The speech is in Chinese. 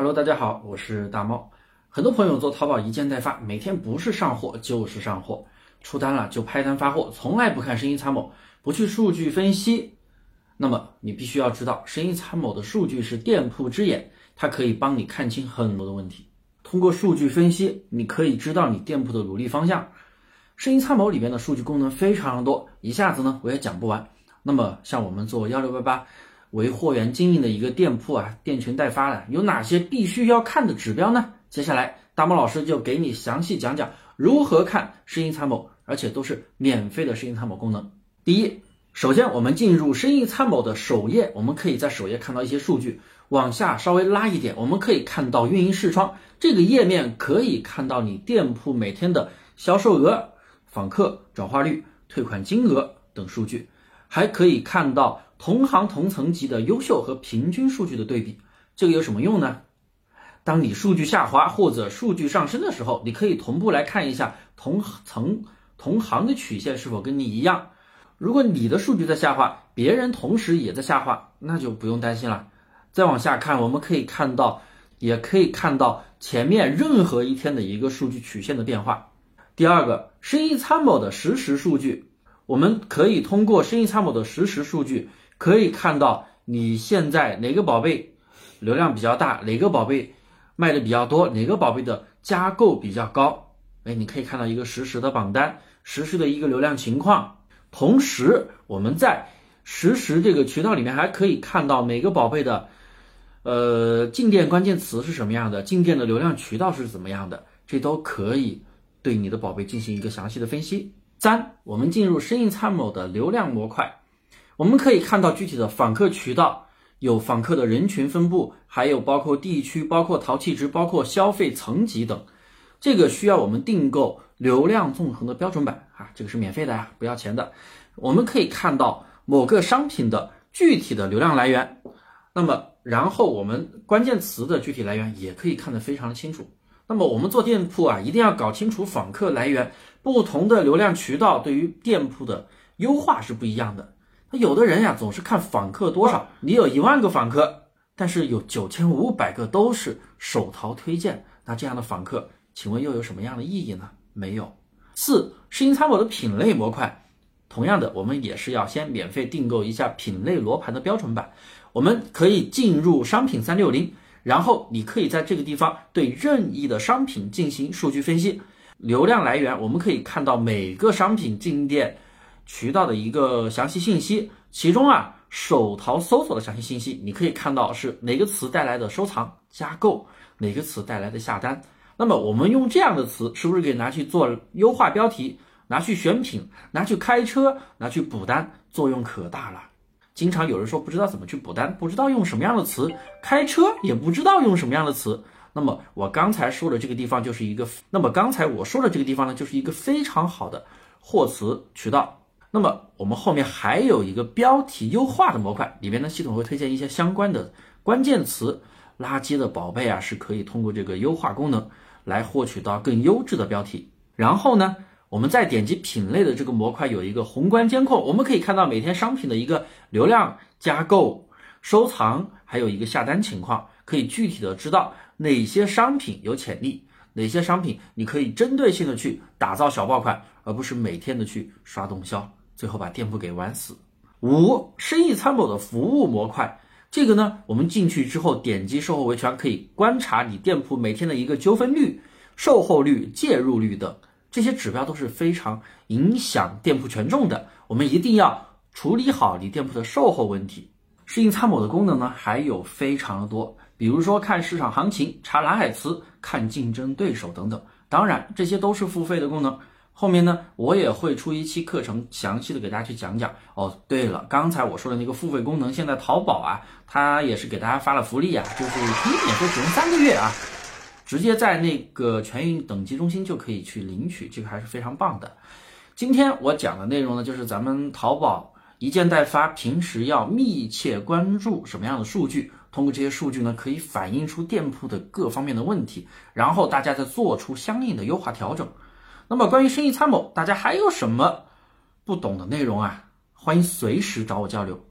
Hello， 大家好，我是大猫。很多朋友做淘宝一件代发，每天不是上货就是上货，出单了就拍单发货，从来不看生意参谋，不去数据分析。那么你必须要知道，生意参谋的数据是店铺之眼，它可以帮你看清很多的问题。通过数据分析，你可以知道你店铺的努力方向。生意参谋里面的数据功能非常多，一下子呢我也讲不完。那么像我们做1688为货源经营的一个店铺啊，店群代发的，有哪些必须要看的指标呢？接下来大猫老师就给你详细讲讲如何看生意参谋，而且都是免费的生意参谋功能。第一，首先我们进入生意参谋的首页，我们可以在首页看到一些数据，往下稍微拉一点，我们可以看到运营视窗，这个页面可以看到你店铺每天的销售额、访客、转化率、退款金额等数据，还可以看到同行同层级的优秀和平均数据的对比。这个有什么用呢？当你数据下滑或者数据上升的时候，你可以同步来看一下同行的曲线是否跟你一样。如果你的数据在下滑，别人同时也在下滑，那就不用担心了。再往下看，我们可以看到，也可以看到前面任何一天的一个数据曲线的变化。第二个，生意参谋的实时数据，我们可以通过生意参谋的实时数据，可以看到你现在哪个宝贝流量比较大，哪个宝贝卖的比较多，哪个宝贝的加购比较高。你可以看到一个实时的榜单，实时的一个流量情况。同时我们在实时这个渠道里面还可以看到每个宝贝的进店关键词是什么样的，进店的流量渠道是怎么样的，这都可以对你的宝贝进行一个详细的分析。三，我们进入生意参谋的流量模块，我们可以看到具体的访客渠道，有访客的人群分布，还有包括地区，包括淘气值，包括消费层级等。这个需要我们订购流量纵横的标准版啊，这个是免费的呀，不要钱的。我们可以看到某个商品的具体的流量来源，那么然后我们关键词的具体来源也可以看得非常的清楚。那么我们做店铺啊，一定要搞清楚访客来源，不同的流量渠道对于店铺的优化是不一样的。有的人呀，总是看访客多少，你有1万个访客，但是有9500个都是手淘推荐，那这样的访客请问又有什么样的意义呢？没有。四，生意参谋的品类模块，同样的我们也是要先免费订购一下品类罗盘的标准版。我们可以进入商品360，然后你可以在这个地方对任意的商品进行数据分析。流量来源我们可以看到每个商品进店渠道的一个详细信息，其中啊手淘搜索的详细信息，你可以看到是哪个词带来的收藏加购，哪个词带来的下单。那么我们用这样的词是不是可以拿去做优化标题，拿去选品，拿去开车，拿去补单，作用可大了。经常有人说不知道怎么去补单，不知道用什么样的词，开车也不知道用什么样的词。那么我刚才说的这个地方就是一个，就是一个非常好的货词渠道。那么我们后面还有一个标题优化的模块，里面呢系统会推荐一些相关的关键词，垃圾的宝贝啊是可以通过这个优化功能来获取到更优质的标题。然后呢，我们再点击品类的这个模块，有一个宏观监控，我们可以看到每天商品的一个流量、加购、收藏，还有一个下单情况，可以具体的知道哪些商品有潜力，哪些商品你可以针对性的去打造小爆款，而不是每天的去刷动销，最后把店铺给玩死。五，生意参谋的服务模块，这个呢我们进去之后点击售后维权，可以观察你店铺每天的一个纠纷率、售后率、介入率等，这些指标都是非常影响店铺权重的，我们一定要处理好你店铺的售后问题。生意参谋的功能呢还有非常的多，比如说看市场行情、查蓝海词、看竞争对手等等，当然这些都是付费的功能。后面呢我也会出一期课程详细的给大家去讲讲。对了，刚才我说的那个付费功能，现在淘宝啊它也是给大家发了福利啊，就是可以免费使用3个月啊，直接在那个全域等级中心就可以去领取，这个还是非常棒的。今天我讲的内容呢，就是咱们淘宝一件代发平时要密切关注什么样的数据，通过这些数据呢可以反映出店铺的各方面的问题，然后大家再做出相应的优化调整。那么关于生意参谋，大家还有什么不懂的内容啊？欢迎随时找我交流。